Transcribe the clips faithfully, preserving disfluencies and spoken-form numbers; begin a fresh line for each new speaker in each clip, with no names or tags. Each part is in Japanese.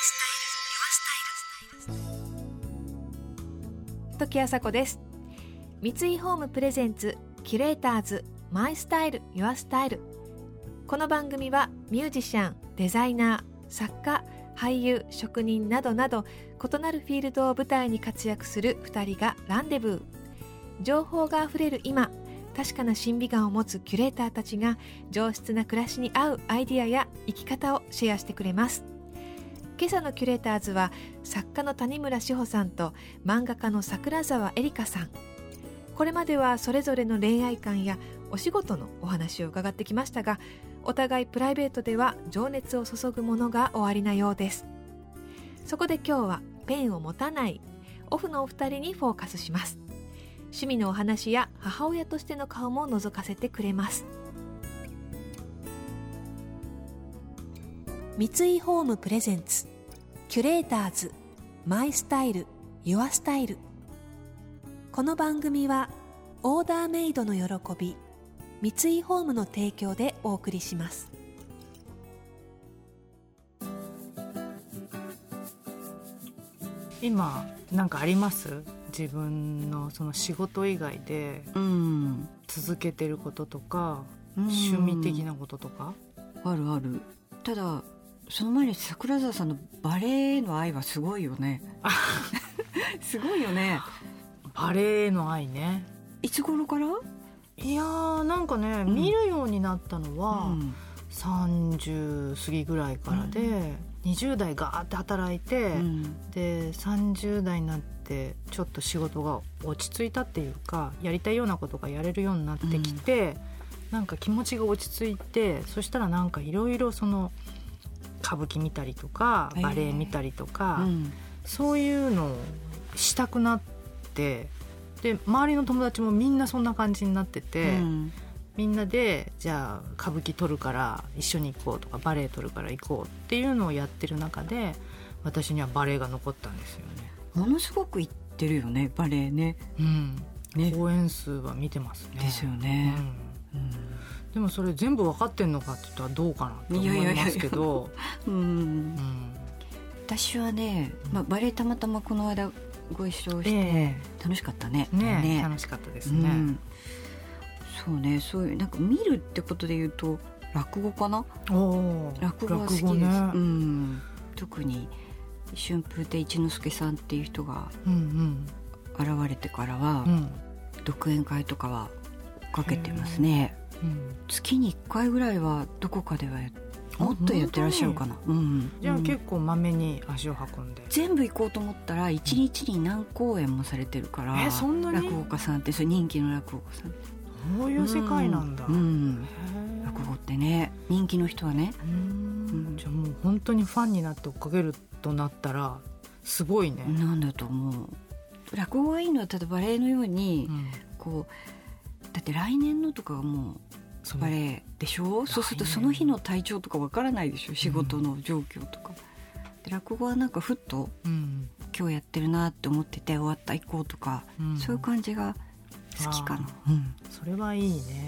時あさこです。三井ホームプレゼンツキュレーターズマイスタイルユアスタイル。この番組はミュージシャン、デザイナー、作家、俳優、職人などなど異なるフィールドを舞台に活躍するふたりがランデブー。情報があふれる今、確かな審美眼を持つキュレーターたちが上質な暮らしに合うアイディアや生き方をシェアしてくれます。今朝のキュレーターズは作家の谷村志保さんと漫画家の桜沢絵里香さん。これまではそれぞれの恋愛観やお仕事のお話を伺ってきましたが、お互いプライベートでは情熱を注ぐものがおありなようです。そこで今日はペンを持たないオフのお二人にフォーカスします。趣味のお話や母親としての顔も覗かせてくれます。三井ホームプレゼンツキュレーターズマイスタイルユアスタイル。この番組はオーダーメイドの喜び三井ホームの提供でお送りします。
今なんかあります？自分のその仕事以外で続けてることとか、うん、趣味的なこととか。
あるある。ただその前に桜沢さんのバレエへの愛はすごいよねすごいよね。
バレエへの愛ね。
いつ頃から？
いやーなんかね、うん、見るようになったのは、うん、さんじゅう過ぎぐらいからで、うん、にじゅう代ガーって働いて、うん、でさんじゅう代になってちょっと仕事が落ち着いたっていうか、やりたいようなことがやれるようになってきて、うん、なんか気持ちが落ち着いて、そしたらなんかいろいろその歌舞伎見たりとかバレエ見たりとか、えーうん、そういうのをしたくなって、で周りの友達もみんなそんな感じになってて、うん、みんなでじゃあ歌舞伎撮るから一緒に行こうとか、バレエ撮るから行こうっていうのをやってる中で、私にはバレエが残ったんですよね。
ものすごく行ってるよね、バレエね。
うん、ね、公演数は見てますね。
ですよね、
うんうん、でもそれ全部分かってんのかって言ったらどうかなと思いますけど、
私はね、まあ、バレエたまたまこの間ご一緒して楽しかったね。
えー、ね, ね楽しかったですね、うん、
そうね、そういうなんか見るってことで言うと落語かな。お落語は好きです、ね、うん、特に春風亭一之輔さんっていう人が現れてからは、うん、独演会とかは追っかけてますね、うん、月にいっかいぐらいはどこかではやってもっとやってらっしゃるかな、うん、
じゃあ結構まめに足を運んで、
全部行こうと思ったらいちにちに何公演もされてるから、うん、
えそんなに
落語家さんってそれ人気の落語家さん、
そういう世界なんだ、うんうん、
落語ってね人気の人はね、うん
うん、じゃあもう本当にファンになって追っかけるとなったらすごいね。
なんだと思う。落語がいいのはただバレエのように、うん、こうだって来年のとかはもうバレエでしょ。そうするとその日の体調とかわからないでしょ、仕事の状況とか、うん、で落語はなんかふっと、うん、今日やってるなって思ってて終わった行こうとか、うん、そういう感じが好きかな、うん、
それはいいね、
うん、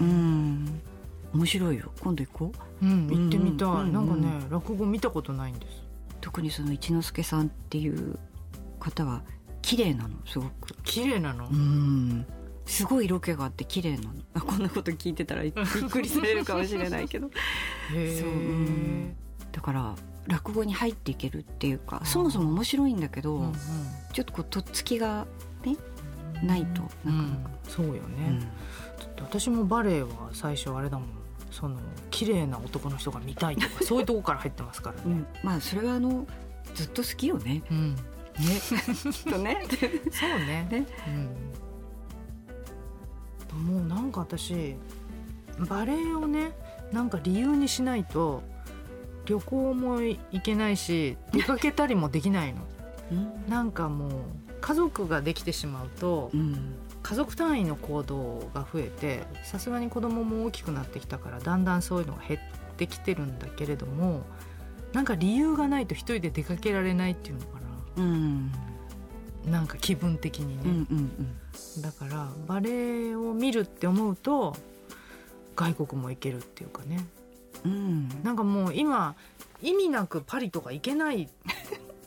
面白いよ。今度行こ
う、うん、行ってみたい、うん、なんかね落語見たことないんです。
特にその一之輔さんっていう方は綺麗なの。すごく
綺麗なの、
うん、すごい色気があって綺麗なの。あ、こんなこと聞いてたらびっくりされるかもしれないけどへそう、うん、だから落語に入っていけるっていうか、そもそも面白いんだけど、うんうん、ちょっとこうとっつきがねないとなかなか、うん、
そうよね、うん、ちょっと私もバレエは最初あれだもん、その綺麗な男の人が見たいとかそういうとこから入ってますからね、うん、
まあそれはあのずっと好きよね、うんねとね
そうね、ね、うん、もうなんか私バレエをねなんか理由にしないと旅行も行けないし出かけたりもできないの、うん、なんかもう家族ができてしまうと、うん、家族単位の行動が増えて、さすがに子供も大きくなってきたからだんだんそういうのが減ってきてるんだけれども、なんか理由がないと一人で出かけられないっていうのかな、うん、なんか気分的にね、うんうんうん、だからバレエを見るって思うと外国も行けるっていうかね、うん、なんかもう今意味なくパリとか行けない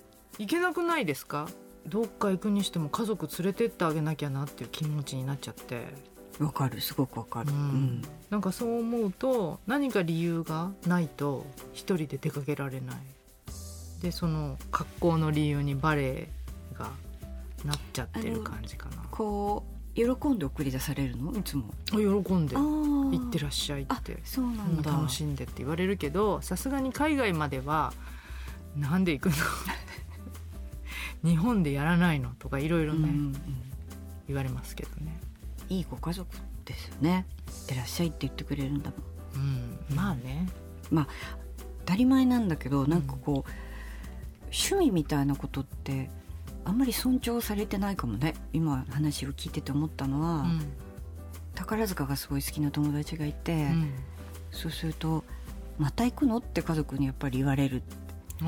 行けなくないですか？どっか行くにしても家族連れてってあげなきゃなっていう気持ちになっちゃって。
わかる、すごくわかる、うんうん、
なんかそう思うと何か理由がないと一人で出かけられない。でその格好の理由にバレエがなっちゃってる感じかな。
こう喜んで送り出されるの？いつも
喜んで行ってらっしゃいって、
そうなんだ、
楽しんでって言われるけど、さすがに海外まではなんで行くの日本でやらないのとかいろいろね、うんうん、言われますけどね。
いいご家族ですよね。いらっしゃいって言ってくれるんだもん、
うん、まあね、
まあ当たり前なんだけど、なんかこう、うん、趣味みたいなことってあんまり尊重されてないかもね。今話を聞いてて思ったのは、うん、宝塚がすごい好きな友達がいて、うん、そうするとまた行くのって家族にやっぱり言われる、うん、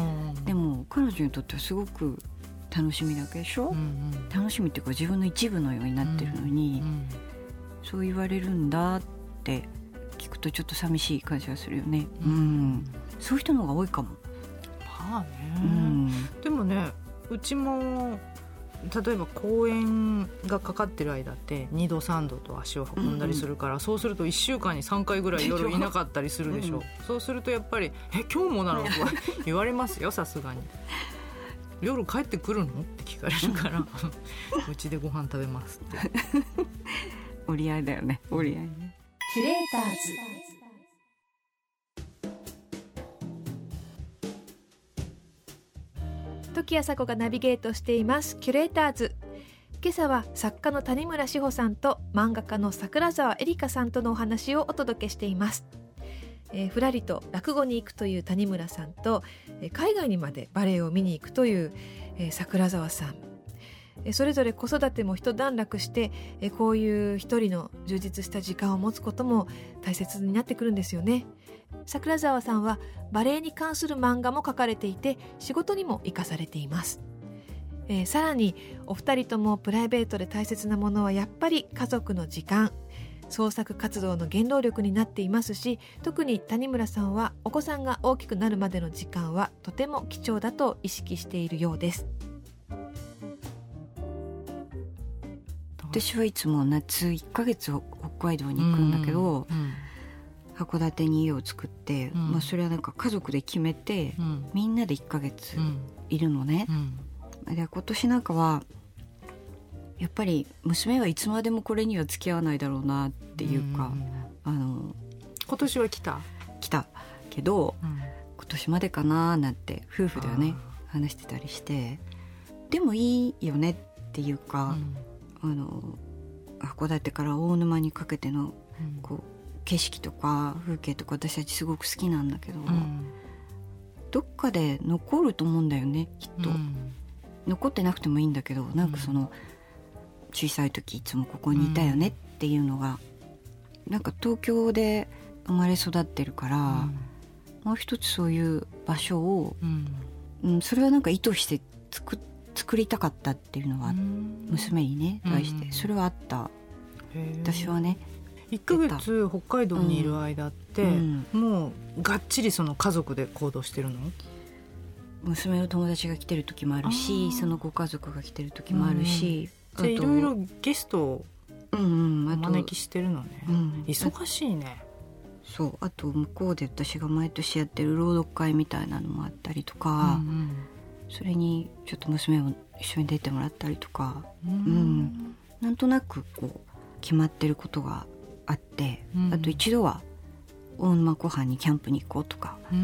でも彼女にとってはすごく楽しみだけでしょ、うんうん、楽しみっていうか自分の一部のようになってるのに、うんうん、そう言われるんだって聞くとちょっと寂しい感じがするよね、うんうん、そういう人の方が多いかも。
まあね、うん、でもね、うちも例えば公演がかかってる間ってにどさんどと足を運んだりするから、うんうん、そうするといっしゅうかんにさんかいぐらい夜いなかったりするでしょ、うん、そうするとやっぱりえ今日もなのと言われますよ。さすがに夜帰ってくるのって聞かれるからうちでご飯食べますって
折り合いだよね、折り合いね。
キュレーターズ時あさこがナビゲートしていますキュレーターズ。今朝は作家の谷村志保さんと漫画家の桜沢エリカさんとのお話をお届けしています。えー、ふらりと落語に行くという谷村さんと、えー、海外にまでバレエを見に行くという、えー、桜沢さん、えー、それぞれ子育ても一段落して、えー、こういう一人の充実した時間を持つことも大切になってくるんですよね。桜沢さんはバレエに関する漫画も書かれていて仕事にも生かされています。えー、さらにお二人ともプライベートで大切なものはやっぱり家族の時間、創作活動の原動力になっていますし、特に谷村さんはお子さんが大きくなるまでの時間はとても貴重だと意識しているようです。
私はいつも夏いっかげつ北海道に行くんだけど、うんうん、函館に家を作って、うんまあ、それはなんか家族で決めて、うん、みんなでいっかげついるのね、うんうん、で今年なんかはやっぱり娘はいつまでもこれには付き合わないだろうなっていうか、うん、あの
今年は来た
来たけど、うん、今年までかななんて夫婦ではね話してたりして、でもいいよねっていうか、うん、あの函館から大沼にかけてのこう、うん、景色とか風景とか私たちすごく好きなんだけど、うん、どっかで残ると思うんだよねきっと、うん、残ってなくてもいいんだけど、なんかその、うん小さい時いつもここにいたよねっていうのが、うん、なんか東京で生まれ育ってるから、うん、もう一つそういう場所を、うんうん、それはなんか意図して作、作りたかったっていうのは、うん、娘にね対して、うん、それはあった。私はね
いっかげつ北海道にいる間って、うんうん、もうがっちりその家族で行動してるの？
娘の友達が来てる時もあるし、そのご家族が来てる時もあるし、うん
じゃあいろいろゲストをお招きしてるのね、うんうん、忙しいね。
そう、あと向こうで私が毎年やってる朗読会みたいなのもあったりとか、うんうん、それにちょっと娘も一緒に出てもらったりとか、うんうん、なんとなくこう決まってることがあって、うん、あと一度は大沼湖畔にキャンプに行こうとか、うん、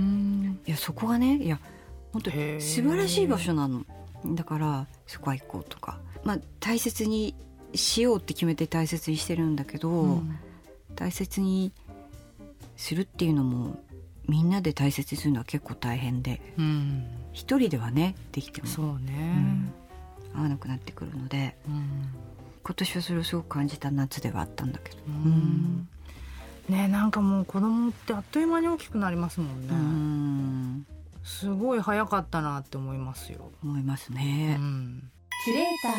いやそこがねいや本当に素晴らしい場所なのだからそこは行こうとか、まあ、大切にしようって決めて大切にしてるんだけど、うん、大切にするっていうのもみんなで大切にするのは結構大変で、うん、一人ではねできても
そうね、
うん、合わなくなってくるので、うん、今年はそれをすごく感じた夏ではあったんだけど、
うんうん、ねえなんかもう子供ってあっという間に大きくなりますもんね、うんすごい早かったなって思いますよ。
思いますね、うん、
キュレーター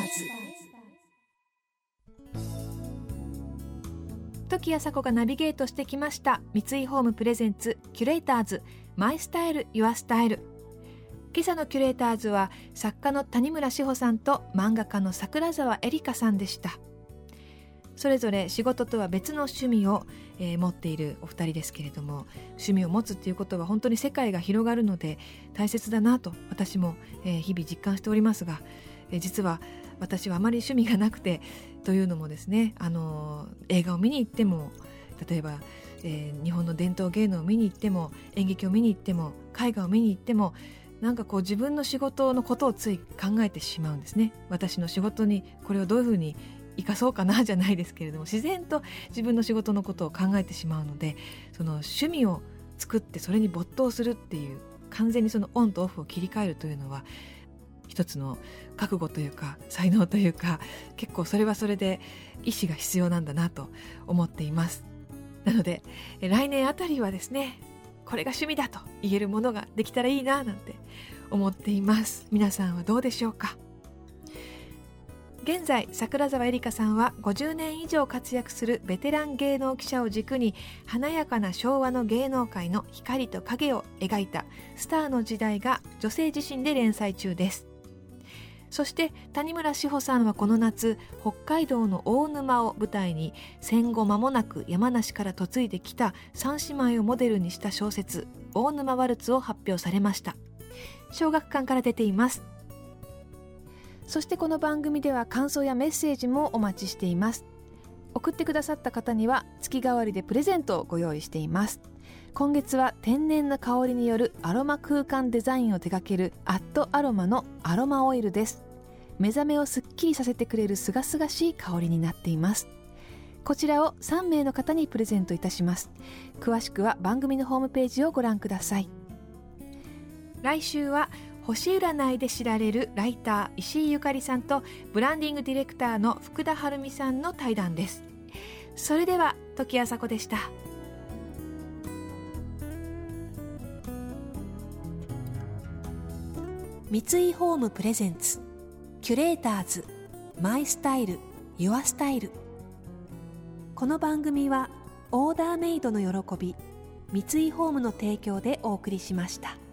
ズ時あさこがナビゲートしてきました三井ホームプレゼンツキュレーターズマイスタイルユアスタイル。 今朝のキュレーターズは作家の谷村志保さんと漫画家の桜沢絵里香さんでした。それぞれ仕事とは別の趣味を、えー、持っているお二人ですけれども、趣味を持つっていうことは本当に世界が広がるので大切だなと私も、えー、日々実感しておりますが、えー、実は私はあまり趣味がなくて、というのもですね、あのー、映画を見に行っても、例えば、えー、日本の伝統芸能を見に行っても、演劇を見に行っても、絵画を見に行っても、なんかこう自分の仕事のことをつい考えてしまうんですね。私の仕事にこれをどういうふうに生かそうかなじゃないですけれども、自然と自分の仕事のことを考えてしまうので、その趣味を作ってそれに没頭するっていう、完全にそのオンとオフを切り替えるというのは一つの覚悟というか才能というか、結構それはそれで意志が必要なんだなと思っています。なので来年あたりはですね、これが趣味だと言えるものができたらいいななんて思っています。皆さんはどうでしょうか。現在桜沢絵里香さんはごじゅうねん以上活躍するベテラン芸能記者を軸に、華やかな昭和の芸能界の光と影を描いたスターの時代が女性自身で連載中です。そして谷村志保さんはこの夏、北海道の大沼を舞台に戦後間もなく山梨から嫁いできた三姉妹をモデルにした小説大沼ワルツを発表されました。小学館から出ています。そしてこの番組では感想やメッセージもお待ちしています。送ってくださった方には月替わりでプレゼントをご用意しています。今月は天然な香りによるアロマ空間デザインを手掛けるアットアロマのアロマオイルです。目覚めをすっきりさせてくれるすがすがしい香りになっています。こちらをさんめいの方にプレゼントいたします。詳しくは番組のホームページをご覧ください。来週は星占いで知られるライター石井ゆかりさんとブランディングディレクターの福田晴美さんの対談です。それでは時あさこでした。三井ホームプレゼンツキュレーターズマイスタイルユアスタイル。この番組はオーダーメイドの喜び三井ホームの提供でお送りしました。